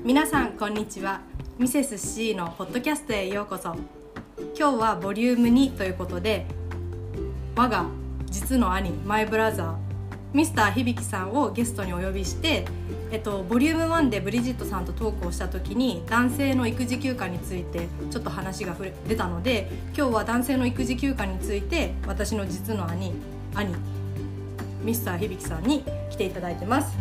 皆さんこんにちは。ミセス C のポッドキャストへようこそ。今日はボリューム2ということで、我が実の兄マイブラザーミスター響さんをゲストにお呼びして、ボリューム1でブリジットさんとトークをした時に男性の育児休暇についてちょっと話が出たので、今日は男性の育児休暇について私の実の兄ミスター響さんに来ていただいてます。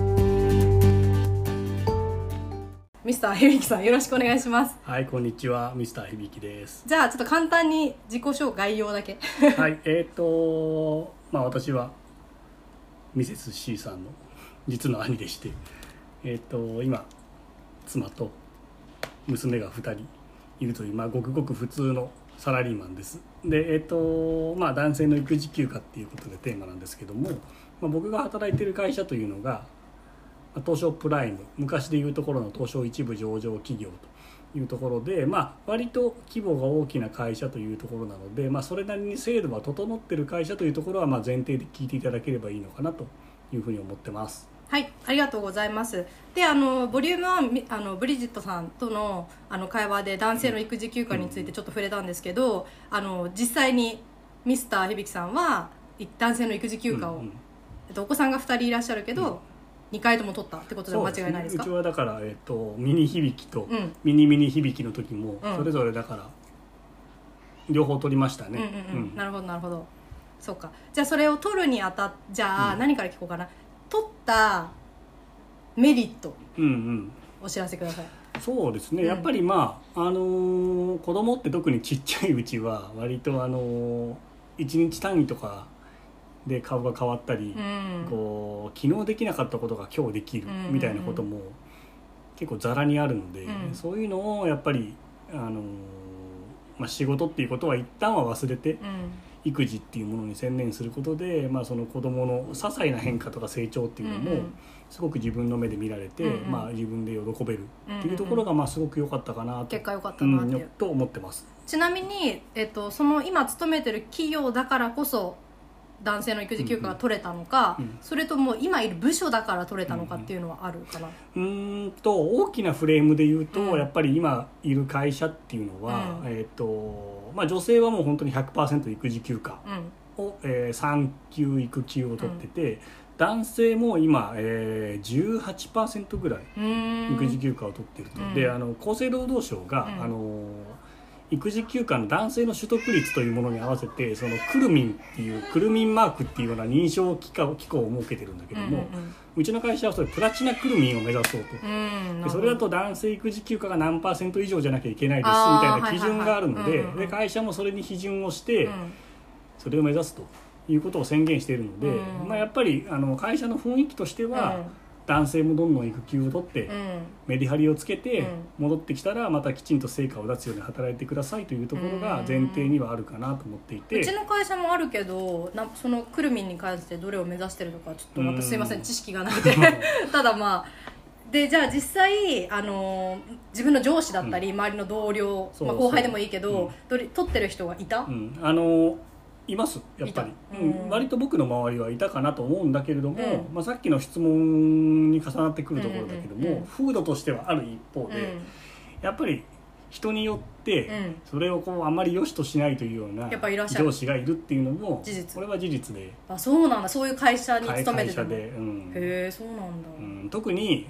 ミスター響さん、よろしくお願いします。 はい、こんにちは、ミスター響です。 じゃあちょっと簡単に自己紹介概要だけはい、私はミセス C さんの実の兄でして、今妻と娘が2人いるという、ごくごく普通のサラリーマンです。で、男性の育児休暇っていうことでテーマなんですけども、僕が働いている会社というのが東証プライム、昔でいうところの東証一部上場企業というところで、割と規模が大きな会社というところなので、それなりに制度は整っている会社というところは前提で聞いていただければいいのかなというふうに思ってます。 はい、ありがとうございます。で、ボリューム1ブリジットさんとの会話で男性の育児休暇についてちょっと触れたんですけど、実際にミスター響さんは男性の育児休暇を、お子さんが2人いらっしゃるけど、2回とも取ったってことで間違いないですか？ うちはだから、ミニ響とミニミニ響の時もそれぞれだから両方取りましたね。 なるほどなるほど。そうか。じゃあそれを取るにあたっじゃあ何から聞こうかな。取ったメリット、お知らせください。 そうですね、やっぱり子供って特にちっちゃいうちは割と1日単位とかで顔が変わったり、昨日できなかったことが今日できるみたいなことも結構ざらにあるので、そういうのをやっぱり仕事っていうことは一旦は忘れて、育児っていうものに専念することで、その子どもの些細な変化とか成長っていうのもすごく自分の目で見られて、自分で喜べるっていうところがすごく良かったかなと、 結果良かったなってと思ってます。 ちなみに、その今勤めてる企業だからこそ男性の育児休暇が取れたのか、それとも今いる部署だから取れたのかっていうのはあるかな。 大きなフレームで言うと、やっぱり今いる会社っていうのは、女性はもう本当に 100% 育児休暇を、産休育休を取ってて、男性も今、18% ぐらい育児休暇を取っていると。で、厚生労働省が、育児休暇の男性の取得率というものに合わせて、そのクルミンっていうクルミンマークっていうような認証機構を設けてるんだけども、うちの会社はそれプラチナクルミンを目指そうと。でそれだと男性育児休暇が何%以上じゃなきゃいけないですみたいな基準があるので、会社もそれに批准をして、それを目指すということを宣言しているので、やっぱり会社の雰囲気としては、男性もどんどん育休を取って、メリハリをつけて戻ってきたらまたきちんと成果を出すように働いてくださいというところが前提にはあるかなと思っていて、 うちの会社もあるけどそのクルミンに関してどれを目指してるのかちょっとまたすいません、知識がなくてただでじゃあ実際自分の上司だったり、周りの同僚、後輩でもいいけど、取ってる人がいた？ いますやっぱり、割と僕の周りはいたかなと思うんだけれども、さっきの質問に重なってくるところだけども、風土としてはある一方で、やっぱり人によってそれをあんまり良しとしないというような上司がいるっていうのもこれは事実で、 そうなんだ。そういう会社に勤めてたの？ 会社で、 へえ、そうなんだ。 特に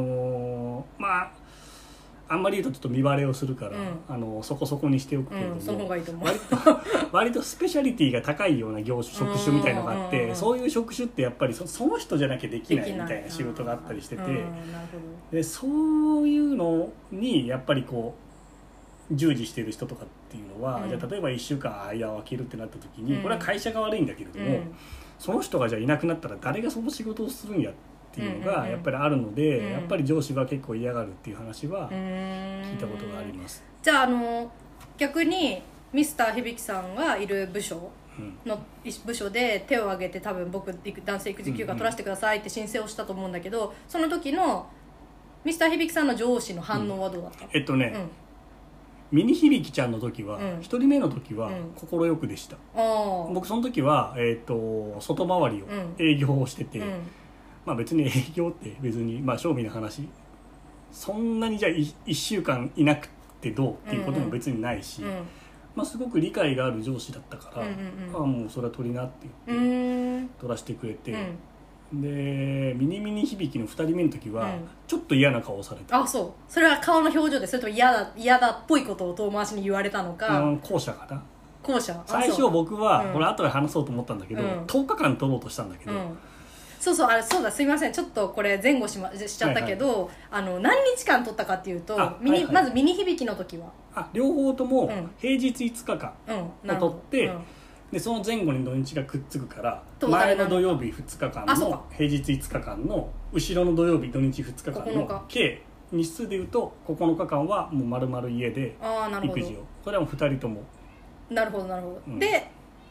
あんまり言うとちょっと見バレをするから、そこそこにしておくけれども、 その方がいいと思う。 割とスペシャリティが高いような職種みたいのがあって、そういう職種ってやっぱりその人じゃなきゃできないみたいな仕事があったりしてて、でそういうのにやっぱり従事している人とかっていうのは、じゃあ例えば1週間間を空けるってなった時に、これは会社が悪いんだけれども、その人がじゃあいなくなったら誰がその仕事をするんやっていうのがやっぱりあるので、やっぱり上司は結構嫌がるっていう話は聞いたことがあります。 じゃあ逆にミスター響さんがいる部署で手を挙げて、多分僕男性育児休暇取らせてくださいって申請をしたと思うんだけど、その時のミスター響さんの上司の反応はどうだった？ ミニ響ちゃんの時は、1人目の時は快くでした。僕その時は、外回りを営業をしてて、別に営業って別に正味な話そんなにじゃあ1週間いなくてどうっていうことも別にないし、まあ、すごく理解がある上司だったから、もうそれは取りなって言って取らせてくれて、でミニミニ響の2人目の時はちょっと嫌な顔をされて、 それは顔の表情でそれとも嫌だっぽいことを遠回しに言われたのか、 後者かな。 最初僕はこれ後で話そうと思ったんだけど、10日間取ろうとしたんだけど、 そうだ、すいません、ちょっとこれ前後しちゃったけど、何日間取ったかっていうと、まずミニ響の時は両方とも平日5日間を取って、でその前後に土日がくっつくから、前の土曜日2日間の平日5日間の後ろの土曜日土日2日間の計日数でいうと9日間はもう丸々家で育児を、これはもう2人とも。 なるほど、で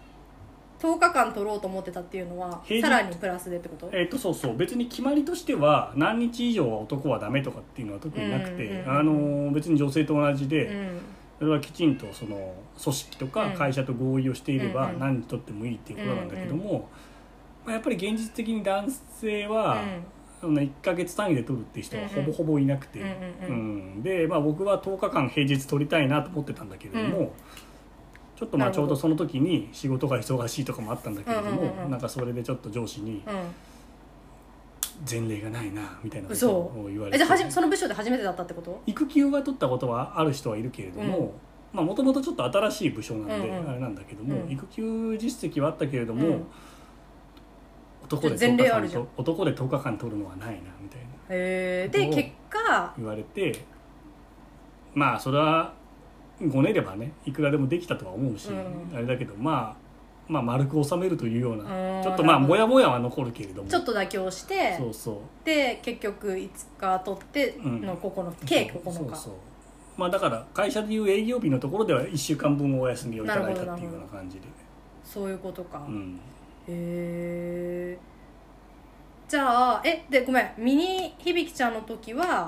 10日間取ろうと思ってたっていうのはさらにプラスでってこと？ そう別に決まりとしては何日以上は男はダメとかっていうのは特になくて、別に女性と同じで、それはきちんとその組織とか会社と合意をしていれば何日取ってもいいっていうことなんだけども、やっぱり現実的に男性は1ヶ月単位で取るっていう人はほぼほぼいなくて、で、僕は10日間平日取りたいなと思ってたんだけれども、ちょっとちょうどその時に仕事が忙しいとかもあったんだけれども、なんかそれでちょっと上司に前例がないなみたいなことを言われて、 じゃあその部署で初めてだったってこと？ 育休は取ったことはある人はいるけれども、もともとちょっと新しい部署なんであれなんだけども、育休実績はあったけれども、男で10日間取るのはないなみたいな。 で結果言われて、それはごねればねいくらでもできたとは思うし、あれだけど丸く収めるというようなちょっとモヤモヤは残るけれども、 ちょっと妥協してで結局5日取っての計9日、 だから会社でいう営業日のところでは1週間分お休みをいただいたっていうような感じで。 そういうことか。じゃあでごめん、ミニ響ちゃんの時は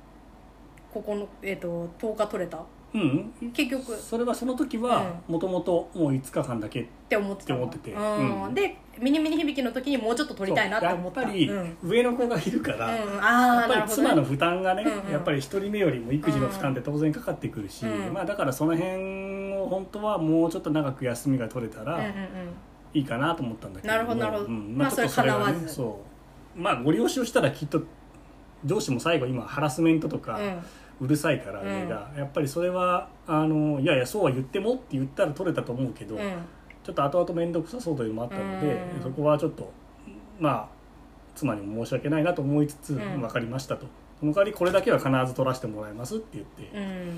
10日取れた？結局それはその時はもともともう5日間だけって思ってて、 でミニミニ響の時にもうちょっと取りたいなって思った。 やっぱり上の子がいるから、やっぱり妻の負担がね、やっぱり1人目よりも育児の負担って当然かかってくるし、だからその辺を本当はもうちょっと長く休みが取れたらいいかなと思ったんだけど、 なるほどなるほど、それかなわず、 ご了承したらきっと上司も最後今ハラスメントとかうるさいから上が、やっぱりそれはいやそうは言ってもって言ったら取れたと思うけど、ちょっと後々面倒くさそうというのもあったので、そこはちょっと妻にも申し訳ないなと思いつつ、分かりましたと、その代わりこれだけは必ず取らせてもらいますって言って、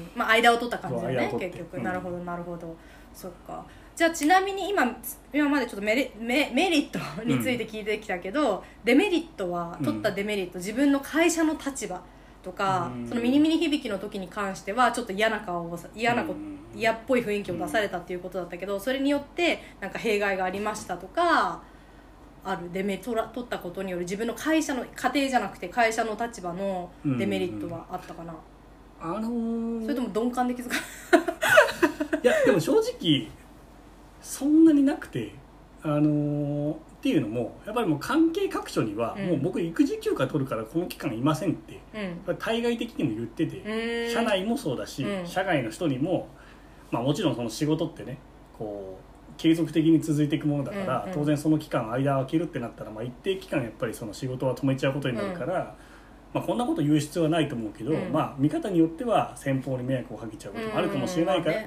間を取った感じだね結局。なるほどなるほど、そっか。じゃあちなみに今までちょっとメリットについて聞いてきたけど、デメリットは取ったデメリット、自分の会社の立場とか、そのミニミニ響の時に関してはちょっと嫌っぽい雰囲気を出されたっていうことだったけど、それによってなんか弊害がありましたとかある？取ったことによる自分の会社の家庭じゃなくて会社の立場のデメリットはあったかな？それとも鈍感で気づかいやでも正直そんなになくて、っていうのもやっぱりもう関係各所には、もう僕育児休暇取るからこの期間いませんって、対外的にも言ってて、社内もそうだし、社外の人にも、もちろんその仕事ってねこう継続的に続いていくものだから、当然その期間間を空けるってなったら、一定期間やっぱりその仕事は止めちゃうことになるから、こんなこと言う必要はないと思うけど、見方によっては先方に迷惑をかけちゃうこともあるかもしれないから、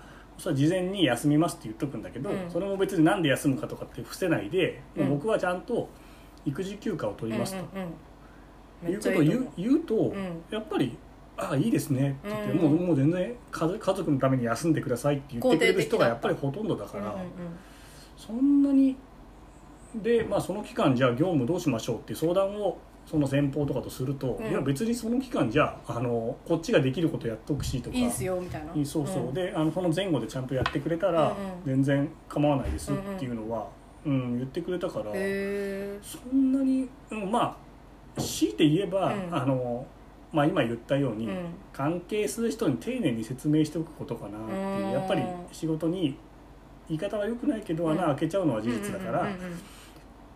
それは事前に休みますって言っとくんだけど、それも別になんで休むかとかって伏せないで、もう僕はちゃんと育児休暇を取りますと、いうことを言うと、やっぱりいいですねって言って、もう全然家族のために休んでくださいって言ってくれる人がやっぱりほとんどだから、そんなにで、その期間じゃあ業務どうしましょうっていう相談をその先方とかとすると、いや別にその期間じゃこっちができることやっとくしとか、 いいっすよみたいな、 でその前後でちゃんとやってくれたら全然構わないですっていうのは、言ってくれたから、そんなに強いて言えば、今言ったように、関係する人に丁寧に説明しておくことかなっていう、やっぱり仕事に言い方は良くないけど穴開けちゃうのは事実だから。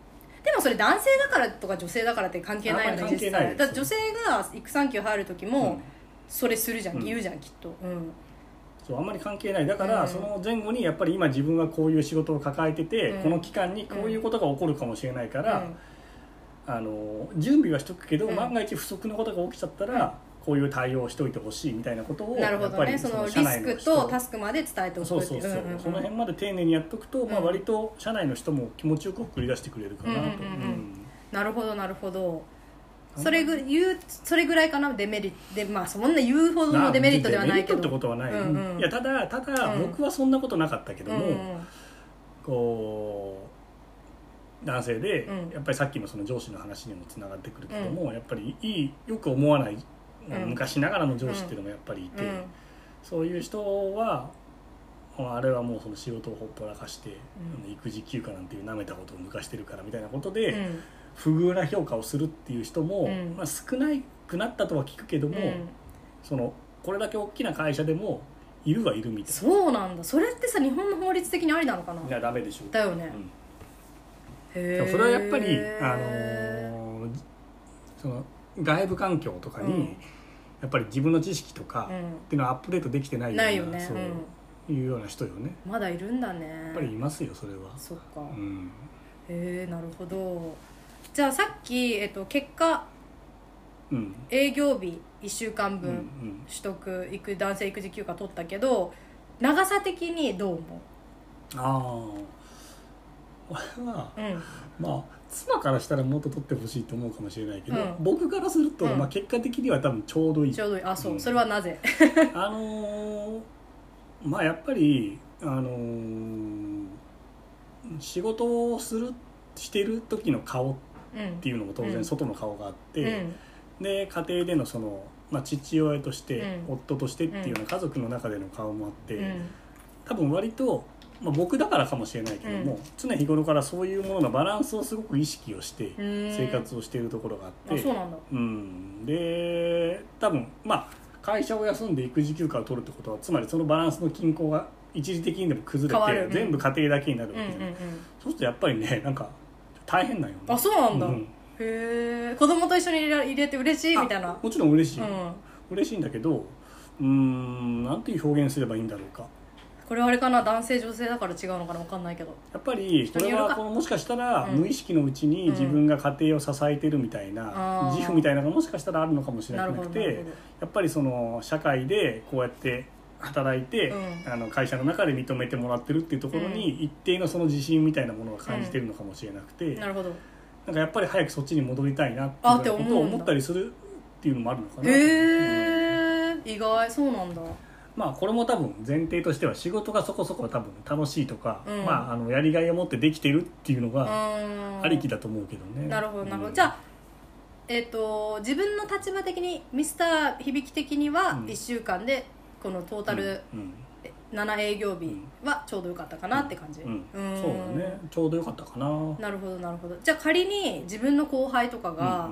でもそれ男性だからとか女性だからって関係ないよね、実際。だから女性が育産休入る時もそれするじゃん、言うじゃんきっと。 そうあんまり関係ない。だからその前後にやっぱり今自分はこういう仕事を抱えてて、この期間にこういうことが起こるかもしれないから、準備はしとくけど、万が一不測のことが起きちゃったら、こういう対応をしといてほしいみたいなことを、 なるほどね、そのリスクとタスクまで伝えておくっていう。 その辺まで丁寧にやっとくと、割と社内の人も気持ちよく送り出してくれるかなと。 なるほどなるほど。それぐらいかな、デメリットで。まあそんな言うほどのデメリットではないけど。 デメリットってことはない。いやただ僕はそんなことなかったけども、こう男性でやっぱりさっきのその上司の話にもつながってくるけども、やっぱりよく思わない昔ながらの上司っていうのもやっぱりいて、そういう人はあれはもうその仕事をほっぽらかして、育児休暇なんていう舐めたことを抜かしてるからみたいなことで、不遇な評価をするっていう人も、少なくなったとは聞くけども、これだけ大きな会社でもいるはいるみたいな。 そうなんだ。それってさ、日本の法律的にありなのかな。 いやダメでしょ。 だよね。 へえ。それはやっぱりその外部環境とかに、やっぱり自分の知識とかっていうのはアップデートできてないような、そういうような人よね。 まだいるんだね。 やっぱりいますよ、それは。 そっか。へえ、なるほど。じゃあさっき、結果、営業日1週間分取得、男性育児休暇取ったけど、長さ的にどう思う？ 俺は、まあ妻からしたらもっと取ってほしいと思うかもしれないけど、僕からすると、結果的には多分ちょうどいい。 ちょうどいい。そう、それはなぜ？ まあやっぱり仕事をしてる時の顔っていうのも当然外の顔があって、で家庭でのその、父親として、夫としてっていうような家族の中での顔もあって、多分割と、僕だからかもしれないけども、常日頃からそういうもののバランスをすごく意識をして生活をしているところがあって、 そうなんだ。 で多分会社を休んで育児休暇を取るってことは、つまりそのバランスの均衡が一時的にでも崩れて、全部家庭だけになるわけじゃない。そうするとやっぱりね、なんか大変なんよね。 そうなんだ。へえ。子供と一緒に入れて嬉しいみたいな。 もちろん嬉しい、嬉しいんだけど、なんていう表現すればいいんだろうか。 これはあれかな、男性女性だから違うのかな、分かんないけど、 やっぱりこれはもしかしたら無意識のうちに自分が家庭を支えてるみたいな、自負みたいなのがもしかしたらあるのかもしれなくて、やっぱりその社会でこうやって働いて、会社の中で認めてもらってるっていうところに一定のその自信みたいなものが感じてるのかもしれなくて、 なるほど。 なんかやっぱり早くそっちに戻りたいなっていうことを思ったりするっていうのもあるのかな。 意外。そうなんだ。 これも多分前提としては仕事がそこそこ多分楽しいとか、やりがいを持ってできてるっていうのがありきだと思うけどね。 なるほどなるほど。じゃあ、自分の立場的にミスター響的には1週間でこのトータル7営業日はちょうどよかったかなって感じ。 そうだね、ちょうどよかったかな。 なるほどなるほど。じゃあ仮に自分の後輩とかが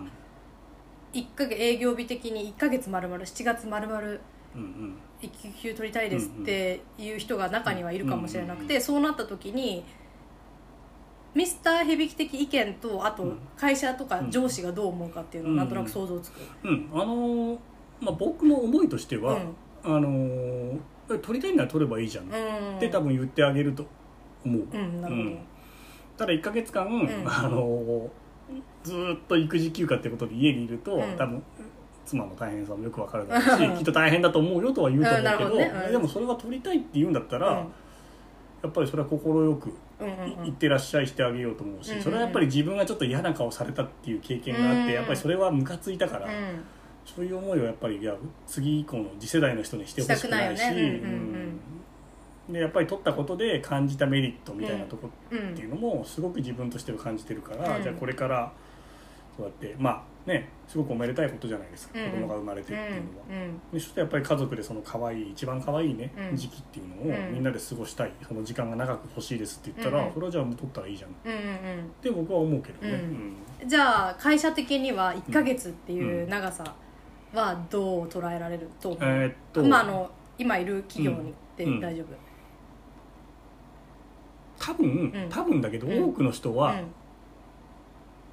1ヶ月営業日的に1ヶ月丸々7月丸々育休取りたいですっていう人が中にはいるかもしれなくて、そうなった時にミスター響的意見と、あと会社とか上司がどう思うかっていうのをなんとなく想像つく。 僕の思いとしては、取りたいなら取ればいいじゃんって多分言ってあげると思う。 なるほど。 ただ1ヶ月間、ずっと育児休暇ってことで家にいると、多分妻の大変さもよく分かるだろうしきっと大変だと思うよとは言うと思うけど、でもそれは取りたいって言うんだったら、やっぱりそれは快く行ってらっしゃいしてあげようと思うし、それはやっぱり自分がちょっと嫌な顔されたっていう経験があって、やっぱりそれはムカついたから、そういう思いをやっぱり次以降の次世代の人にしてほしくないし、でやっぱり取ったことで感じたメリットみたいなとこっていうのもすごく自分としては感じてるから、じゃあこれからそうやってすごくおめでたいことじゃないですか、子供が生まれてっていうのは。でそしてやっぱり家族でその一番可愛い時期っていうのをみんなで過ごしたい、その時間が長く欲しいですって言ったら、それはじゃあもう取ったらいいじゃんって僕は思うけどね。 じゃあ会社的には1ヶ月っていう長さはどう捉えられると思う？今いる企業にって大丈夫？ 多分だけど多くの人は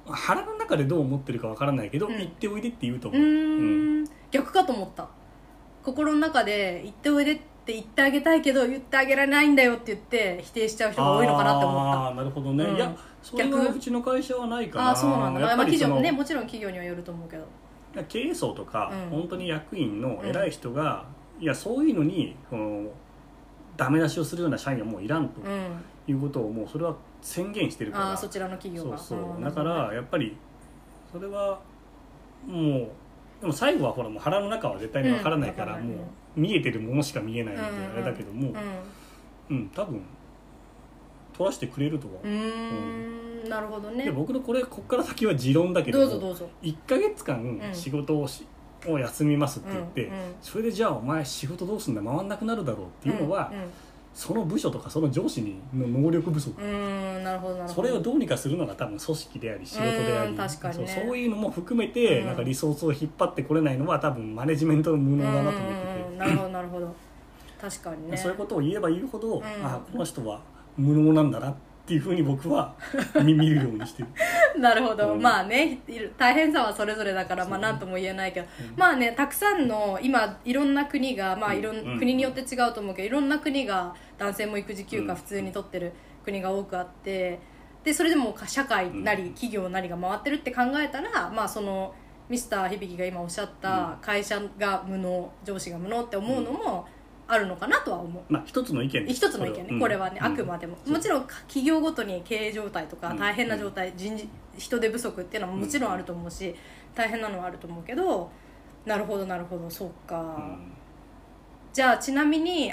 腹の中でどう思ってるかわからないけど、行っておいでって言うと思う。 逆かと思った。心の中で行っておいでって言ってあげたいけど言ってあげられないんだよって言って否定しちゃう人が多いのかなって思った。 ああ、なるほどね。いや、それはうちの会社はないかな。 あ、そうなんだ。まあ企業ね、もちろん企業にはよると思うけど、 経営層とか、本当に役員の偉い人が、いやそういうのにダメ出しをするような社員はもういらんということをもうそれは宣言してるから、 そちらの企業がだからやっぱりそれはもうでも最後はほらもう腹の中は絶対にわからないから、もう見えてるものしか見えないのであれだけども、多分取らせてくれるとは。 なるほどね。 で僕のこっから先は持論だけども、 どうぞ 1ヶ月間仕事を休みますって言って、それでじゃあお前仕事どうすんだ回んなくなるだろうっていうのは、その部署とかその上司の能力不足、 なるほど。 それをどうにかするのが多分組織であり仕事であり、 確かにね、 そういうのも含めて、なんかリソースを引っ張ってこれないのは多分マネジメントの無能だなと思ってて、 なるほどなるほど、確かにね。 そういうことを言えば言うほど、この人は無能なんだなっていうふうに僕は見るようにしてるなるほど、まあね、大変さはそれぞれだから、まあ何とも言えないけど、まあね、たくさんの今いろんな国が、まあ国によって違うと思うけど、いろんな国が男性も育児休暇普通に取ってる国が多くあって、でそれでも社会なり企業なりが回ってるって考えたら、まあそのミスター響が今おっしゃった会社が無能、上司が無能って思うのもあるのかなとは思う。 まあ一つの意見です。 一つの意見ね、これはね、あくまでももちろん企業ごとに経営状態とか大変な状態、人手不足っていうのはもちろんあると思うし、大変なのはあると思うけど、なるほどなるほど、そうか、じゃあちなみに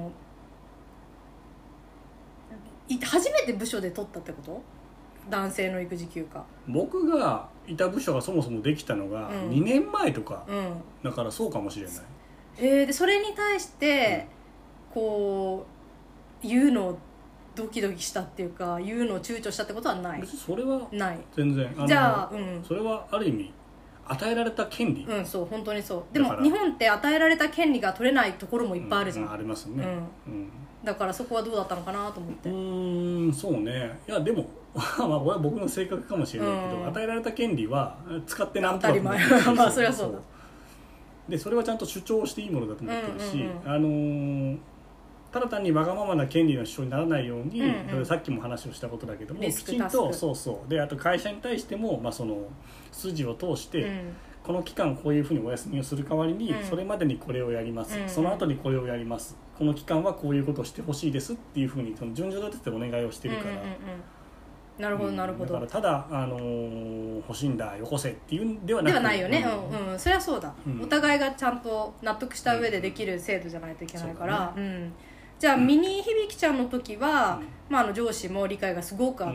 初めて部署で取ったってこと？男性の育児休暇。 僕がいた部署がそもそもできたのが2年前とか、だからそうかもしれない。 でそれに対してこう言うのをドキドキしたっていうか、言うのを躊躇したってことはない？ それはない。 全然。 じゃあ、 それはある意味与えられた権利。 そう、本当にそう。でも日本って与えられた権利が取れないところもいっぱいあるじゃん。 ありますね。 だからそこはどうだったのかなと思って。 そうね。いやでもまあこれは僕の性格かもしれないけど、与えられた権利は使ってなんとか。当たり前。 まあそれはそうだ。 でそれはちゃんと主張していいものだと思ってるし、ただ単にわがままな権利の主張にならないように、さっきも話をしたことだけども、きちんとで、あと会社に対しても、その筋を通して、この期間こういうふうにお休みをする代わりに、それまでにこれをやります、その後にこれをやります、この期間はこういうことをしてほしいですっていうふうに順序立ててお願いをしてるから。 なるほどなるほど。 だからただ、欲しいんだよこせっていうんではなくて、 ではないよね。それはそうだ、お互いがちゃんと納得した上でできる制度じゃないといけないから、じゃあミニ響ちゃんの時は、上司も理解がすごくあって、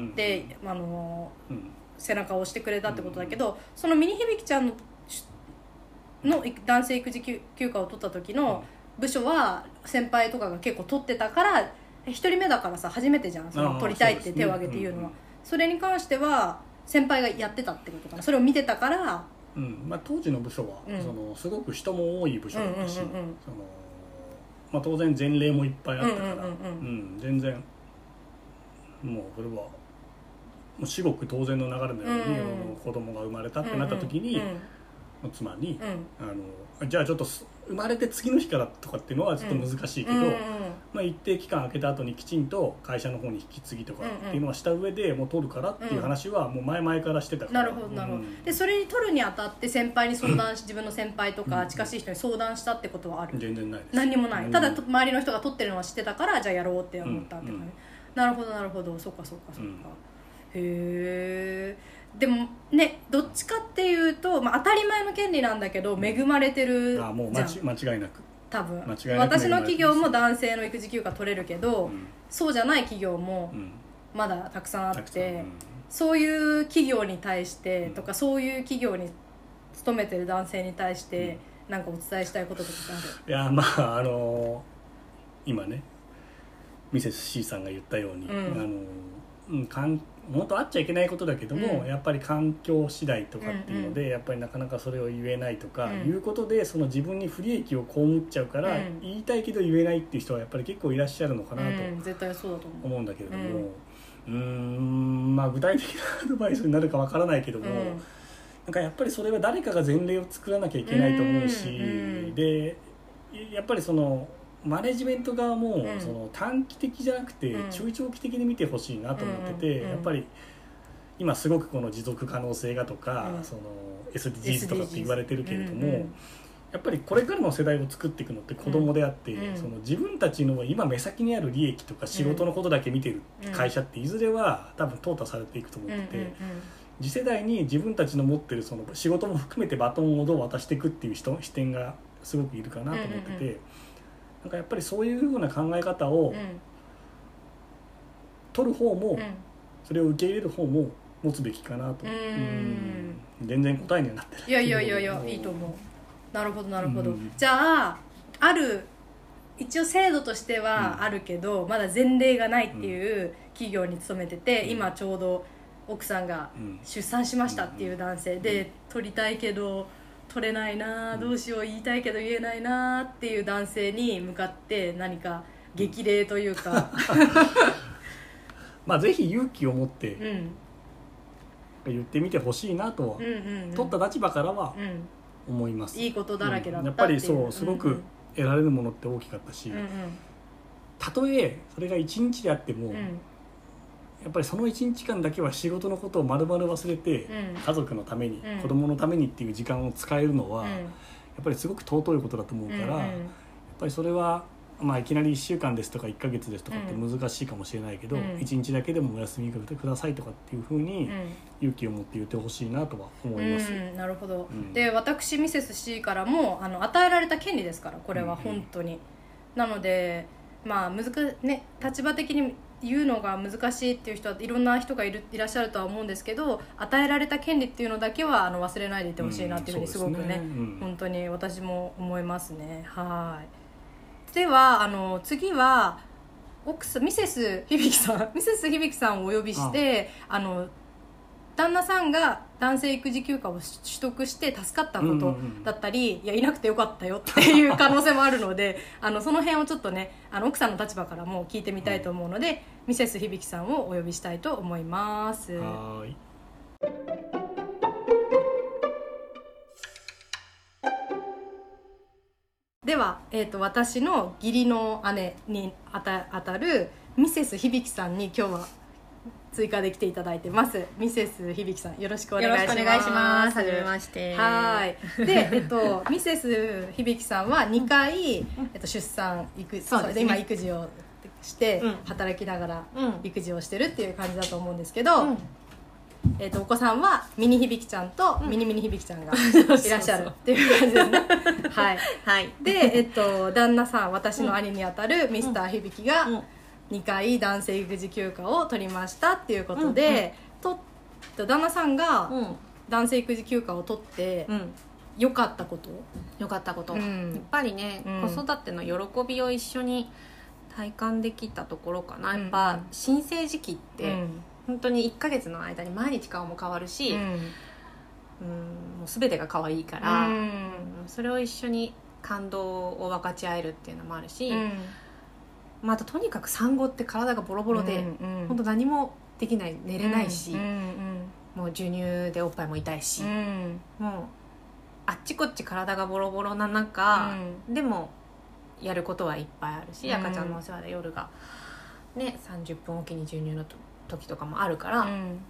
背中を押してくれたってことだけど、そのミニ響ちゃんの男性育児休暇を取った時の部署は先輩とかが結構取ってたから、1人目だからさ初めてじゃん、その取りたいって手を挙げて言うのは。それに関しては先輩がやってたってことかな、それを見てたから。 当時の部署は、すごく人も多い部署だったし、当然前例もいっぱいあったから、全然もうこれはもう至極当然の流れのように、子供が生まれたってなった時に、妻に、じゃあちょっと生まれて次の日からとかっていうのはちょっと難しいけど、一定期間空けた後にきちんと会社の方に引き継ぎとかっていうのはした上でもう取るからっていう話はもう前々からしてたから。 なるほどなるほど。でそれに取るにあたって先輩に相談し、自分の先輩とか近しい人に相談したってことはある？ 全然ないです。 何にもない。ただ周りの人が取ってるのは知ってたからじゃあやろうって思ったって感じ。なるほどなるほど。そっかそっかそっか。へえ。でもね、どっちかっていうと、当たり前の権利なんだけど恵まれてるじゃん。 もう間違いなく多分私の企業も男性の育児休暇取れるけど、そうじゃない企業もまだたくさんあって、そういう企業に対してとか、そういう企業に勤めてる男性に対して何かお伝えしたいこととかある？ いや今ねミセス C さんが言ったように、本当あっちゃいけないことだけども、やっぱり環境次第とかっていうので、やっぱりなかなかそれを言えないとか、いうことでその自分に不利益を被っちゃうから、言いたいけど言えないっていう人はやっぱり結構いらっしゃるのかなと絶対そうだと思うんだけれども、 まあ具体的なアドバイスになるかわからないけども、なんかやっぱりそれは誰かが前例を作らなきゃいけないと思うし、でやっぱりそのマネジメント側もその短期的じゃなくて中長期的に見てほしいなと思ってて、やっぱり今すごくこの持続可能性がとか、その SDGs とかって言われてるけれども、やっぱりこれからの世代を作っていくのって子供であって、その自分たちの今目先にある利益とか仕事のことだけ見てる会社っていずれは多分淘汰されていくと思ってて、次世代に自分たちの持ってるその仕事も含めてバトンをどう渡していくっていう視点がすごくいるかなと思ってて、なんかやっぱりそういうような考え方を取る方もそれを受け入れる方も持つべきかなと。全然答えにはなってない。 いやいいと思う。なるほどなるほど。じゃあある一応制度としてはあるけど、まだ前例がないっていう企業に勤めてて、今ちょうど奥さんが出産しましたっていう男性で、取りたいけど取れないな、どうしよう、言いたいけど言えないなっていう男性に向かって何か激励というかまあぜひ勇気を持って言ってみてほしいなとは、取った立場からは思います。 いいことだらけだったやっぱりそうすごく得られるものって大きかったし、たとえそれが1日であっても、やっぱりその1日間だけは仕事のことを丸々忘れて、家族のために、子供のためにっていう時間を使えるのは、やっぱりすごく尊いことだと思うから、やっぱりそれは、まあ、いきなり1週間ですとか1ヶ月ですとかって難しいかもしれないけど、1日だけでもお休みくださいとかっていうふうに勇気を持って言ってほしいなとは思います。 なるほど。で私ミセス C からも与えられた権利ですから、これは本当に、なのでまあ立場的に言うのが難しいっていう人はいろんな人がいらっしゃるとは思うんですけど、与えられた権利っていうのだけは忘れないでいてほしいなっていうふうにすごくね、本当に私も思いますね。はい。では次はミセス響さんをお呼びして、旦那さんが男性育児休暇を取得して助かったことだったり、いやいなくてよかったよっていう可能性もあるのでその辺をちょっとね奥さんの立場からも聞いてみたいと思うので、ミセス響さんをお呼びしたいと思います。 はい。 では、私の義理の姉に当たるミセス響さんに今日は追加で来ていただいてます。ミセス響さん、よろしくお願いします。 よろしくお願いします。はじめまして。 はい。で、ミセス響さんは2回、出産で今育児をして、働きながら育児をしてるっていう感じだと思うんですけど、お子さんはミニ響ちゃんとミニミニ響ちゃんがいらっしゃるっていう感じですね。はい。 はい。 で、旦那さん、私の兄にあたるミスター響が2回男性育児休暇を取りましたっていうことで、旦那さんが男性育児休暇を取って良かったこと、 やっぱりね、子育ての喜びを一緒に体感できたところかな。やっぱ新生児期って本当に1ヶ月の間に毎日顔も変わるし、もう全てが可愛いから、それを一緒に感動を分かち合えるっていうのもあるし、あととにかく産後って体がボロボロで、本当何もできない、寝れないし、もう授乳でおっぱいも痛いし、もうあっちこっち体がボロボロな中、でもやることはいっぱいあるし、赤ちゃんのお世話で夜がね30分おきに授乳の時とかもあるから、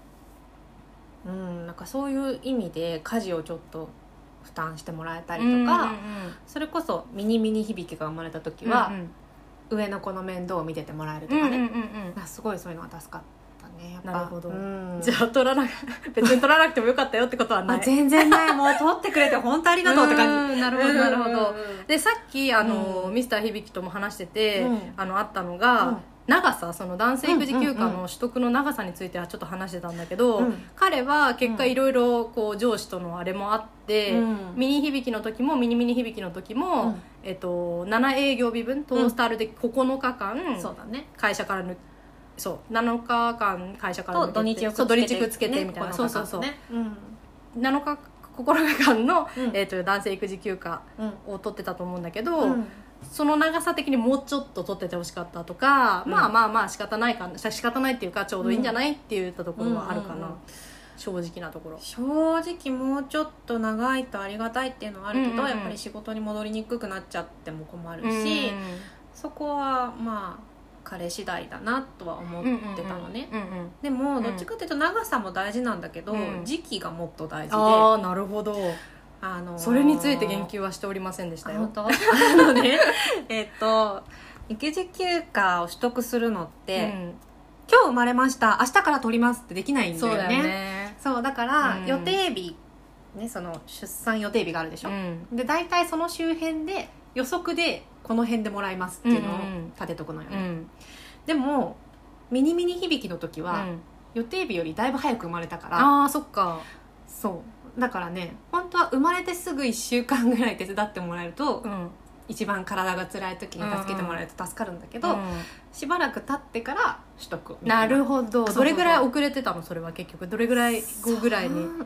なんかそういう意味で家事をちょっと負担してもらえたりとか、それこそミニミニ響が生まれた時は、上の子の面倒を見ててもらえるとかね、すごいそういうのが助かったね。やっぱなるほど。じゃあ別に取らなくてもよかったよってことはない。 全然ない。もう取ってくれて本当ありがとうって感じ。 なるほどなるほど。でさっきミスター響とも話してて、あったのが、長さ、その男性育児休暇の取得の長さについてはちょっと話してたんだけど、彼は結果いろいろ上司とのあれもあって、ミニ響の時もミニミニ響の時も、7営業日分トースタルで9日間、会社から7日間会社から抜けて、土日くっつけてみたいな、そう7日9日間の、男性育児休暇を取ってたと思うんだけど、 その長さ的にもうちょっと取っててほしかったとか、まあ仕方ないっていうかちょうどいいんじゃないって言ったところはあるかな、正直なところ。 正直もうちょっと長いとありがたいっていうのはあるけど、やっぱり仕事に戻りにくくなっちゃっても困るし、そこはまあ彼次第だなとは思ってたのね。でもどっちかっていうと長さも大事なんだけど、時期がもっと大事で。 ああ、なるほど。それについて言及はしておりませんでしたよ。 本当ね育児休暇を取得するのって、今日生まれました明日から取りますってできないんだよね。 そうだよね。 そうだから、予定日ね、その出産予定日があるでしょ、で大体その周辺で予測でこの辺でもらいますっていうのを立てとくのよね、でもミニミニ響きの時は、予定日よりだいぶ早く生まれたから。 あー、そっか。 そうだからね、本当は生まれてすぐ1週間ぐらい手伝ってもらえると、一番体が辛い時に助けてもらえると助かるんだけど、しばらく経ってから取得みたいな。 なるほど。どれぐらい遅れてたのそれは？結局どれぐらい後ぐらいに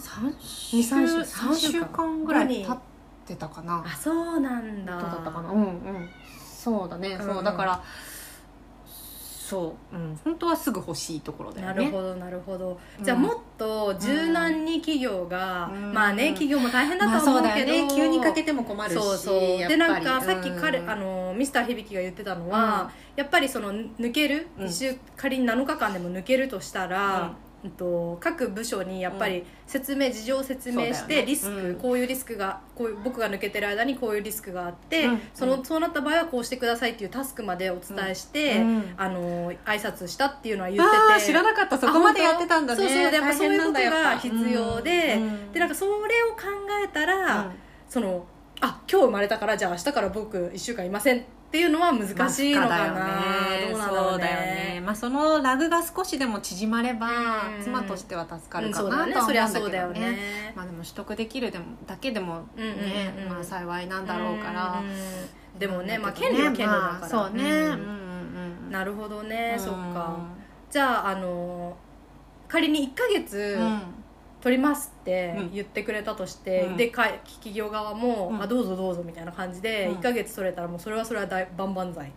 3週間ぐらい経ってたかな。 あ、そうなんだ。 どうだったかな。そうだね、そうだからそう、本当はすぐ欲しいところだよね。 なるほどなるほど。じゃあもっと柔軟に企業が、まあね、企業も大変だと思うけど、 急にかけても困るし。 でなんかさっきミスター響が言ってたのは、やっぱりその抜ける、仮に7日間でも抜けるとしたら、各部署にやっぱり事情を説明して、リスク、こういうリスクが僕が抜けてる間にこういうリスクがあって、そうなった場合はこうしてくださいっていうタスクまでお伝えして、挨拶したっていうのは言ってて。 知らなかった。そこまでやってたんだね。 そうやっぱそういうことが必要で、なんかそれを考えたら、今日生まれたからじゃあ明日から僕1週間いませんっていうのは難しいのかな。どうなんだろうね。そうだよね。 そのラグが少しでも縮まれば、妻としては助かるかなとは思うんだけどね。でも取得できるだけでもね、幸いなんだろうから。 でもね、権利は権利だから。 そうね。 なるほどね。そっか。じゃあ仮に1ヶ月取りますって言ってくれたとして、で企業側も、どうぞどうぞみたいな感じで1ヶ月取れたら、もうそれは万々歳。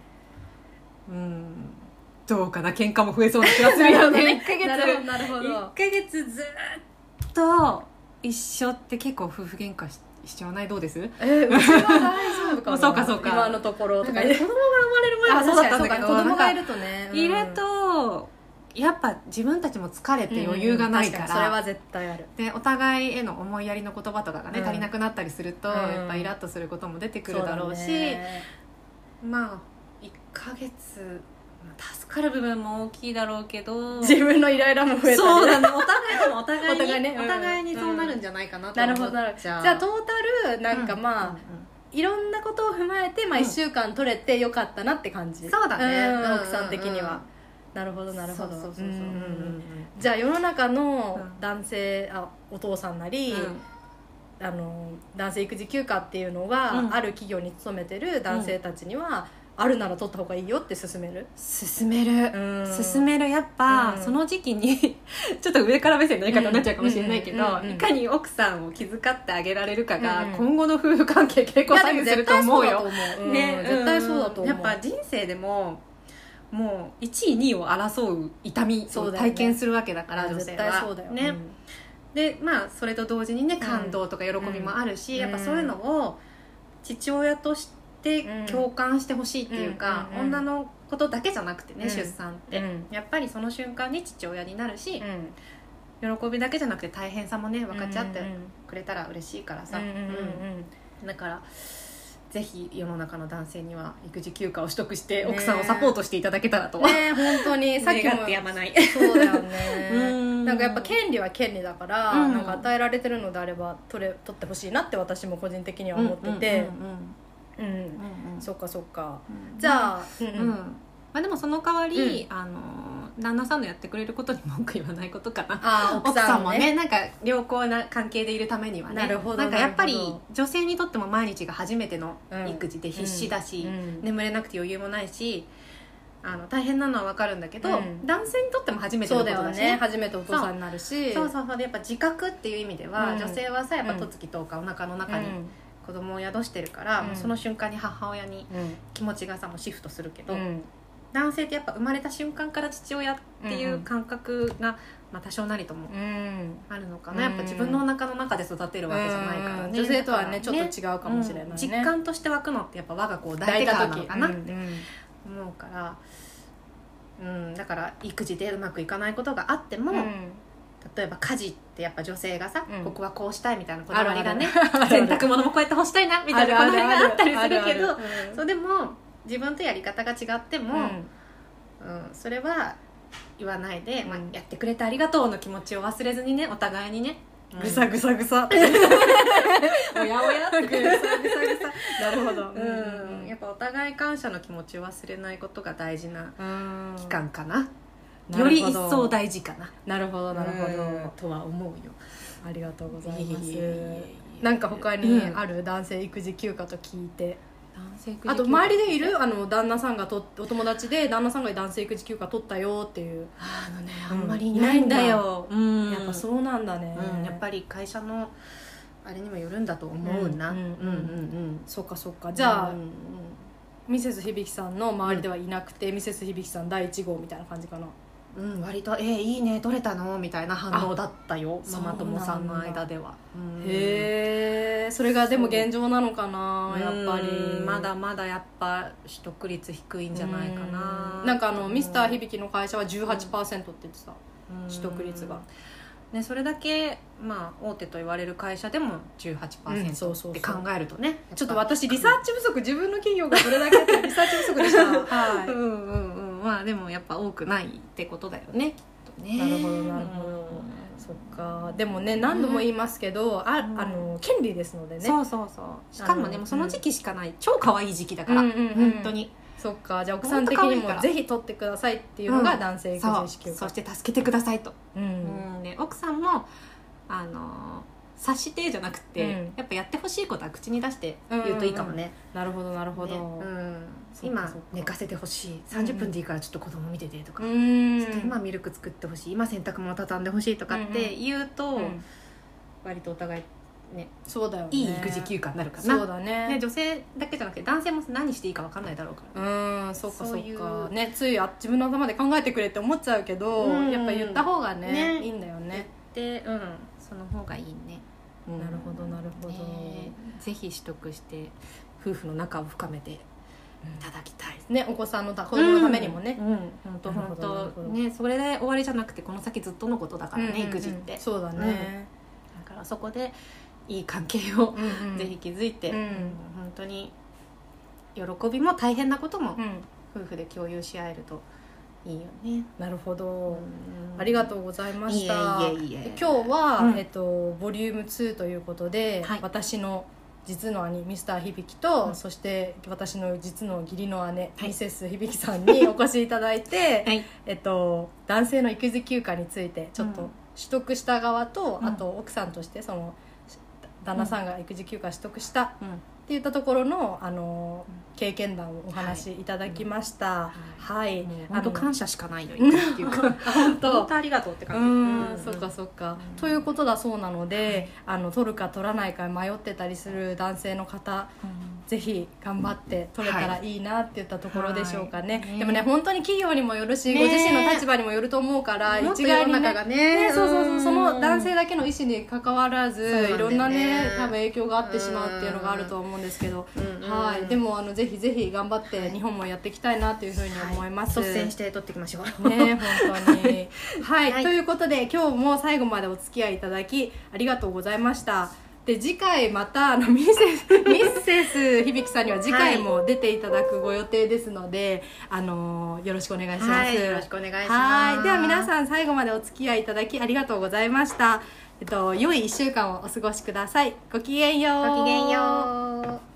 どうかな、喧嘩も増えそうな気がするよね。1ヶ月なるほど。 1ヶ月ずっと一緒って結構夫婦喧嘩しちゃわない？どうです？ うちは大丈夫かも。 そうか今のところとか。子供が生まれる前はそうだったんだけど、 子供がいるとね、 いるとやっぱ自分たちも疲れて余裕がないから、 それは絶対ある。 でお互いへの思いやりの言葉とかがね、足りなくなったりすると、やっぱイラッとすることも出てくるだろうし、まあ1ヶ月助かる部分も大きいだろうけど、 自分のイライラも増えたり。 そうだね。お互いにそうなるんじゃないかなと思っちゃう。 なるほど。じゃあトータルなんかいろんなことを踏まえて1週間取れてよかったなって感じ。 そうだね。 奥さん的には。なるほどなるほど。じゃあ世の中の男性、お父さんなり、男性育児休暇っていうのがある企業に勤めてる男性たちには、あるなら取った方がいいよって勧める。 やっぱ、その時期にちょっと上から目線の言い方になっちゃうかもしれないけど、いかに奥さんを気遣ってあげられるかが、今後の夫婦関係結構左右すると思うよ。 絶対そうだと思う。 やっぱ人生でももう1位2位を争う痛みを体験するわけだから、女性はそうだよね。でそれと同時にね、感動とか喜びもあるし、やっぱそういうのを父親として共感してほしいっていうか、女のことだけじゃなくてね、出産ってやっぱりその瞬間に父親になるし、喜びだけじゃなくて大変さもね分かち合ってくれたら嬉しいからさ。だからぜひ世の中の男性には育児休暇を取得して奥さんをサポートしていただけたらとは、 本当にさっきも願ってやまない。 そうだよね。なんかやっぱ権利は権利だから、なんか与えられてるのであれば取ってほしいなって私も個人的には思ってて、そっかそっか。じゃあでもその代わり、旦那さんのやってくれることに文句言わないことかな。奥さんもね、なんか良好な関係でいるためにはね。なんかやっぱり女性にとっても毎日が初めての育児で必死だし、眠れなくて余裕もないし、大変なのは分かるんだけど、男性にとっても初めてのことだしね。 初めてお父さんになるし、 そうでやっぱ自覚っていう意味では、女性はさやっぱ十月10日お腹の中に子供を宿してるから、もうその瞬間に母親に気持ちがさもうシフトするけど、男性ってやっぱ生まれた瞬間から父親っていう感覚が、まあ、多少なりともあるのかな、やっぱ自分のお腹の中で育てるわけじゃないからね、 女性とはねちょっと違うかもしれないね、 実感として湧くのってやっぱ我が子を抱いてからなのかなって思うから、だから育児でうまくいかないことがあっても、例えば家事ってやっぱ女性がさ、ここはこうしたいみたいなこだわりがね、洗濯物もこうやって干したいなみたいなこだわりがあったりするけど、そうでも自分とやり方が違っても、それは言わないで、まあ、やってくれてありがとうの気持ちを忘れずにね、お互いにね、 ぐさぐさぐさおやおやってぐさぐさぐさなるほど、 やっぱお互い感謝の気持ちを忘れないことが大事な期間かな、より一層大事かな。 なるほどなるほど、 とは思うよ。 ありがとうございます。なんか他にある、男性育児休暇と聞いて、あと周りでいる旦那さんがお友達で旦那さんが男性育児休暇取ったよっていう、 あんまりいないんだよ。 やっぱそうなんだね、 やっぱり会社のあれにもよるんだと思うな。 そっかそっか。じゃあミセス響さんの周りではいなくて、ミセス響さん第1号みたいな感じかな。 割といいね取れたのみたいな反応だったよ、ママ友さんの間では。 へえ、それがでも現状なのかな、やっぱりまだまだやっぱ取得率低いんじゃないかな。 なんかミスター響の会社は 18% って言ってた、取得率がね、それだけ、まあ、大手と言われる会社でも 18% って考えるとね、 ちょっと私リサーチ不足、自分の企業がどれだけあってリサーチ不足でしたはい、 まあでもやっぱ多くないってことだよね、きっとね。 なるほどなるほど、そっか。でもね、何度も言いますけど、権利ですのでね。 そうそうそう。しかもね、もうその時期しかない、超可愛い時期だから、本当に。 そっか。じゃあ奥さん的にもぜひ取ってくださいっていうのが男性育児支給。 そして助けてくださいと。で奥さんも察してじゃなくて、やっぱやってほしいことは口に出して言うといいかもね。 なるほどなるほど。 今寝かせてほしい、30分でいいからちょっと子供見ててとか、今ミルク作ってほしい、今洗濯物畳んでほしいとかって言うと、割とお互いね、 そうだよね、 いい育児休暇になるかな。 そうだね。 女性だけじゃなくて男性も何していいか分かんないだろうから。 そうかそうかね。つい自分の頭で考えてくれって思っちゃうけど、やっぱ言った方がねいいんだよね。 で、その方がいいね。 なるほどなるほど。 ぜひ取得して夫婦の仲を深めていただきたいね。お子さんの子供のためにもね。 本当本当ね。それで終わりじゃなくて、この先ずっとのことだからね、育児って。 そうだね。 だからそこでいい関係をぜひ築いて、本当に喜びも大変なことも夫婦で共有し合えるといいよね。 なるほど、ありがとうございました。 今日は、ボリューム2ということで、私の実の兄ミスター響と、そして私の実の義理の姉、ミセス響さんにお越しいただいて、男性の育児休暇についてちょっと取得した側と、あと奥さんとしてその旦那さんが育児休暇取得したっていったところの、経験談をお話しいただきました。はい。 本当感謝しかないよ、育児休暇。本当ありがとうって感じ。 そっかそっか。ということだそうなので、取るか取らないか迷ってたりする男性の方、ぜひ頑張って取れたらいいなって言ったところでしょうかね。でもね、本当に企業にもよるし、ご自身の立場にもよると思うから、一概にね、そうその男性だけの意思に関わらず、いろんなね、多分影響があってしまうっていうのがあると思うんですけど、はい。でもぜひぜひ頑張って日本もやっていきたいなというふうに思います。 率先して取っていきましょうね、本当に。はい、ということで今日も最後までお付き合いいただきありがとうございました。で、次回またミセス響さんには次回も出ていただくご予定ですので、よろしくお願いします。 よろしくお願いします。 では皆さん最後までお付き合いいただきありがとうございました。良い1週間をお過ごしください。ごきげんよう。 ごきげんよう。